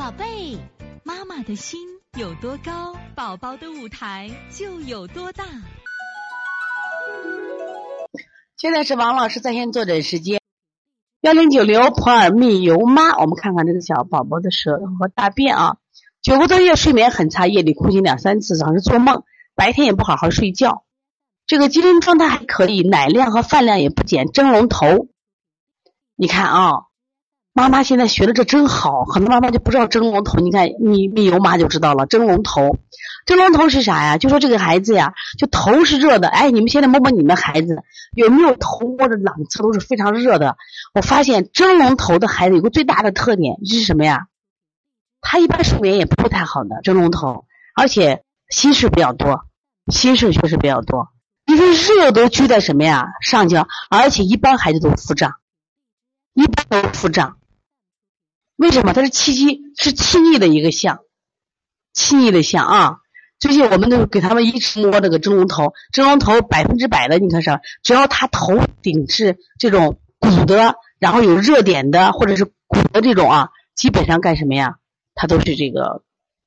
宝贝，妈妈的心有多高，宝宝的舞台就有多大。 现在是王老师在线坐诊时间，1096普尔密尤妈，我们看看这个小宝宝的舌头和大便啊。9个多月睡眠很差，夜里哭醒2、3次，早上做梦，白天也不好好睡觉。这个精神状态还可以，奶量和饭量也不减，蒸笼头。你看啊，妈妈现在学的这真好，很多妈妈就不知道蒸笼头。你看密尤妈就知道了，蒸笼头。蒸笼头是啥呀？就说这个孩子呀，就头是热的。哎，你们现在摸摸你们孩子，有没有头摸着两侧都是非常热的？我发现蒸笼头的孩子有个最大的特点是什么呀？他一般睡眠也不会太好的蒸笼头，而且心事比较多，心事确实比较多。因为热都聚在什么呀？上焦，而且一般孩子都腹胀，一般都腹胀。为什么？它是气逆的一个象，气逆的象啊。最近我们都给他们一直摸这个蒸笼头，100%的，你看上，只要他头顶是这种鼓的，然后有热点的或者是鼓的这种啊，基本上干什么呀？他都是这个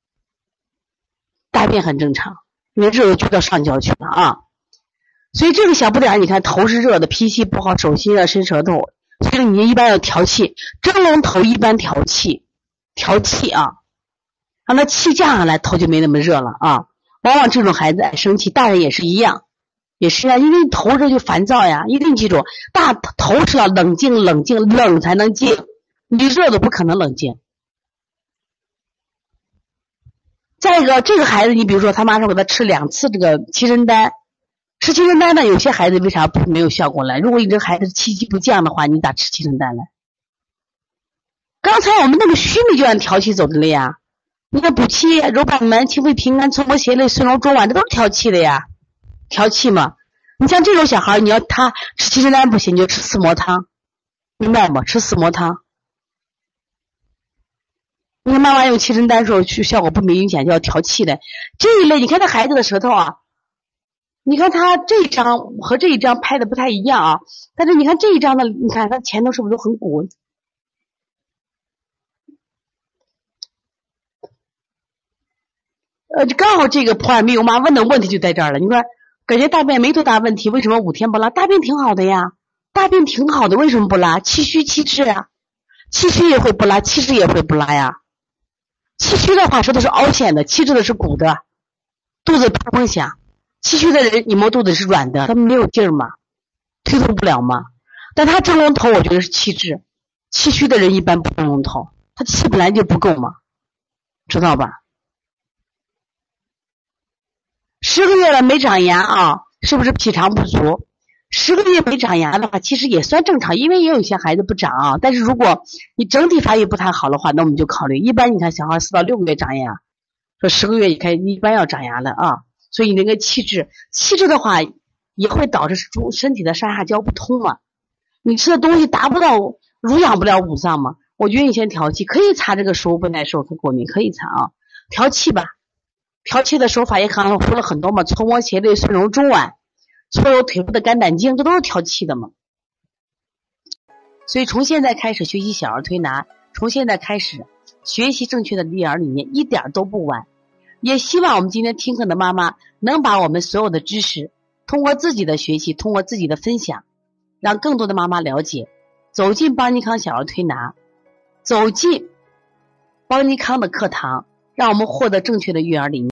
大便很正常，因为热都聚到上焦去了啊。所以这个小不点儿，你看头是热的，脾气不好，手心要伸舌头，所以你一般要调气。蒸笼头一般调气啊，让他气降下来，头就没那么热了啊。往往这种孩子爱生气，大人也是一样，因为头热就烦躁呀。一定记住，头是要冷静，冷才能静，你热的不可能冷静。再一个，这个孩子，你比如说他妈说给他吃2次这个七珍丹。吃七珍丹呢，有些孩子为啥没有效果来？如果你这孩子气机不降的话，你咋吃七珍丹来？刚才我们那个须弥就按调气走的了呀。你看补气、揉板门、清肺平安、搓摩胁肋、顺揉中脘，这都是调气的呀。调气嘛。你像这种小孩，你要他吃七珍丹不行，你就吃四磨汤，明白吗？吃四磨汤。你看妈妈用七珍丹的时候效果不明显，就要调气的。这一类，你看他孩子的舌头啊。你看他这一张和这一张拍的不太一样啊，但是你看这一张的，你看他前头是不是都很鼓？刚好这个普尔密尤妈问的问题就在这儿了。你说感觉大便没多大问题，为什么5天不拉？大便挺好的呀，大便挺好的，为什么不拉？气虚气滞呀，气虚也会不拉，气滞也会不拉呀。气虚的话舌头是凹陷的，气滞的是鼓的，肚子砰砰响。气虚的人，你摸肚子是软的，他们没有劲儿嘛，推动不了嘛。但他蒸笼头，我觉得是气滞。气虚的人一般不蒸笼头，他气本来就不够嘛，知道吧？10个月了没长牙啊，是不是脾肠不足？10个月没长牙的话，其实也算正常，因为也有一些孩子不长啊。但是如果你整体发育不太好的话，那我们就考虑。一般你看小孩4到6个月长牙，说10个月一般要长牙了啊。所以那个气滞的话也会导致身体的上下焦不通嘛，你吃的东西达不到濡养不了五脏嘛。我觉得你先调气，可以擦这个食物不耐受和过敏，可以擦啊，调气吧。调气的手法也说了很多嘛，搓摩胁肋、顺揉中脘、搓揉腿部的肝胆经，这都是调气的嘛。所以从现在开始学习小儿推拿，从现在开始学习正确的育儿理念，一点都不晚。也希望我们今天听课的妈妈能把我们所有的知识通过自己的学习，通过自己的分享，让更多的妈妈了解，走进邦尼康小儿推拿，走进邦尼康的课堂，让我们获得正确的育儿理念。